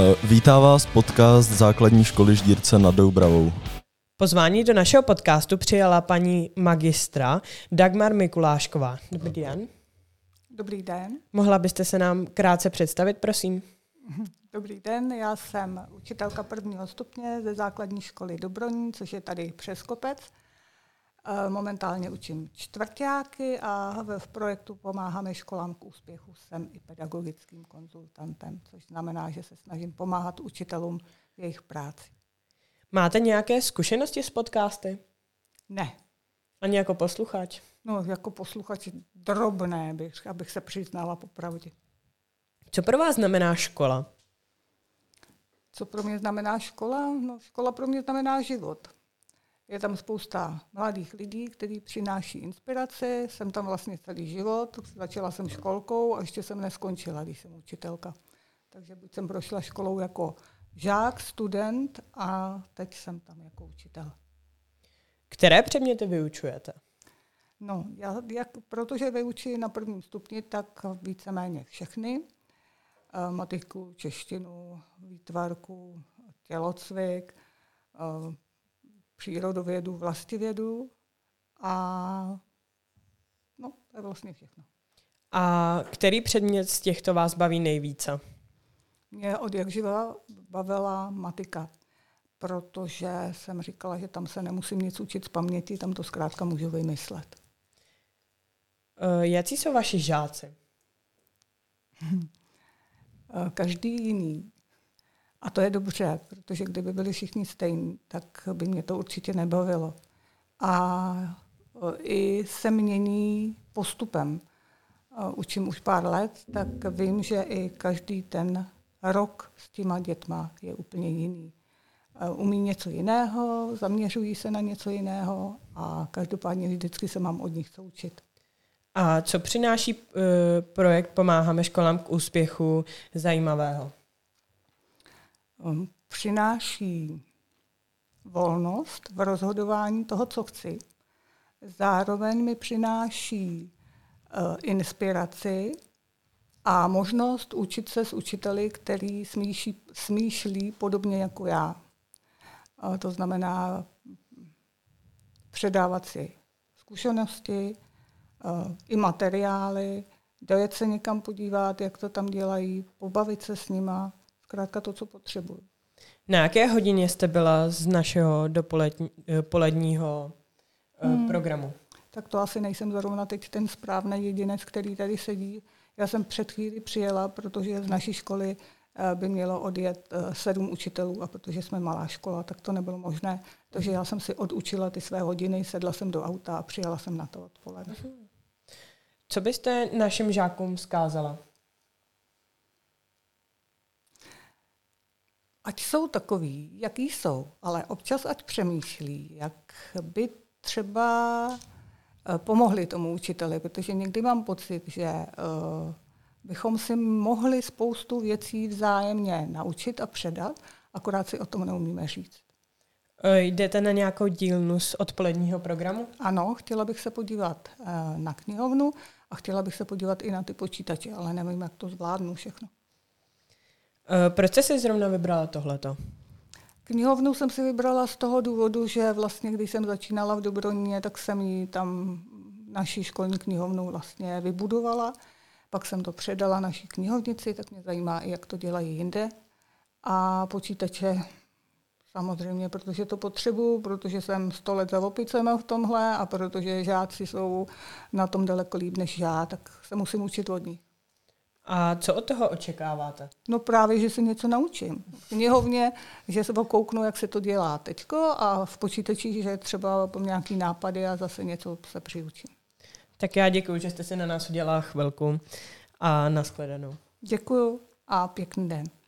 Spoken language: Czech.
Vítá vás podcast Základní školy Ždírce nad Doubravou. Pozvání do našeho podcastu přijala paní magistra Dagmar Mikulášková. Dobrý den. Dobrý den. Mohla byste se nám krátce představit, prosím? Dobrý den, já jsem učitelka prvního stupně ze základní školy Dobroní, což je tady přes kopec. Momentálně učím čtvrťáky a v projektu Pomáháme školám k úspěchu jsem i pedagogickým konzultantem, což znamená, že se snažím pomáhat učitelům v jejich práci. Máte nějaké zkušenosti s podcasty? Ne. Ani jako posluchač? No, jako posluchač drobné, abych se přiznala popravdě. Co pro vás znamená škola? Co pro mě znamená škola? No, škola pro mě znamená život. Je tam spousta mladých lidí, kteří přináší inspiraci. Jsem tam vlastně celý život. Začala jsem školkou a ještě jsem neskončila, když jsem učitelka. Takže buď jsem prošla školou jako žák, student a teď jsem tam jako učitel. Které předměty vyučujete? No, protože vyučuji na prvním stupni, tak víceméně všechny. Matiku, češtinu, výtvarku, tělocvik, přírodovědu, vlastivědu a no, to je vlastně všechno. A který předmět z těchto vás baví nejvíce? Mě od jakživa bavila matika, protože jsem říkala, že tam se nemusím nic učit z paměti, tam to zkrátka můžu vymyslet. Jací jsou vaši žáci? Každý jiný. A to je dobře, protože kdyby byli všichni stejní, tak by mě to určitě nebavilo. A i se mění postupem. Učím už pár let, tak vím, že i každý ten rok s těma dětma je úplně jiný. Umí něco jiného, zaměřují se na něco jiného a každopádně vždycky se mám od nich co učit. A co přináší projekt Pomáháme školám k úspěchu zajímavého? Přináší volnost v rozhodování toho, co chci. Zároveň mi přináší inspiraci a možnost učit se s učiteli, který smýšlí podobně jako já. To znamená předávat si zkušenosti, i materiály, dojet se někam podívat, jak to tam dělají, pobavit se s nima, zkrátka to, co potřebuji. Na jaké hodině jste byla z našeho poledního programu? Tak to asi nejsem zrovna teď ten správný jedinec, který tady sedí. Já jsem před chvíli přijela, protože z naší školy by mělo odjet 7 učitelů a protože jsme malá škola, tak to nebylo možné. Takže já jsem si odučila ty své hodiny, sedla jsem do auta a přijela jsem na to odpoledne. Co byste našim žákům vzkázala? Ať jsou takový, jaký jsou, ale občas ať přemýšlí, jak by třeba pomohli tomu učiteli, protože někdy mám pocit, že bychom si mohli spoustu věcí vzájemně naučit a předat, akorát si o tom neumíme říct. Jdete na nějakou dílnu z odpoledního programu? Ano, chtěla bych se podívat na knihovnu a chtěla bych se podívat i na ty počítače, ale nevím, jak to zvládnu všechno. Proč jste si zrovna vybrala tohleto? Knihovnu jsem si vybrala z toho důvodu, že vlastně, když jsem začínala v Dobroníně, tak jsem ji tam naší školní knihovnu vlastně vybudovala. Pak jsem to předala naší knihovnici, tak mě zajímá i, jak to dělají jinde. A počítače samozřejmě, protože to potřebuju, protože jsem 100 let za opicema v tomhle a protože žáci jsou na tom daleko líp než já, tak se musím učit od nich. A co od toho očekáváte? No právě, že se něco naučím. V knihovně, že se kouknu, jak se to dělá teďko a v počítači, že třeba nějaký nápady a zase něco se přiučím. Tak já děkuji, že jste si na nás udělala chvilku a nashledanou. Děkuju a pěkný den.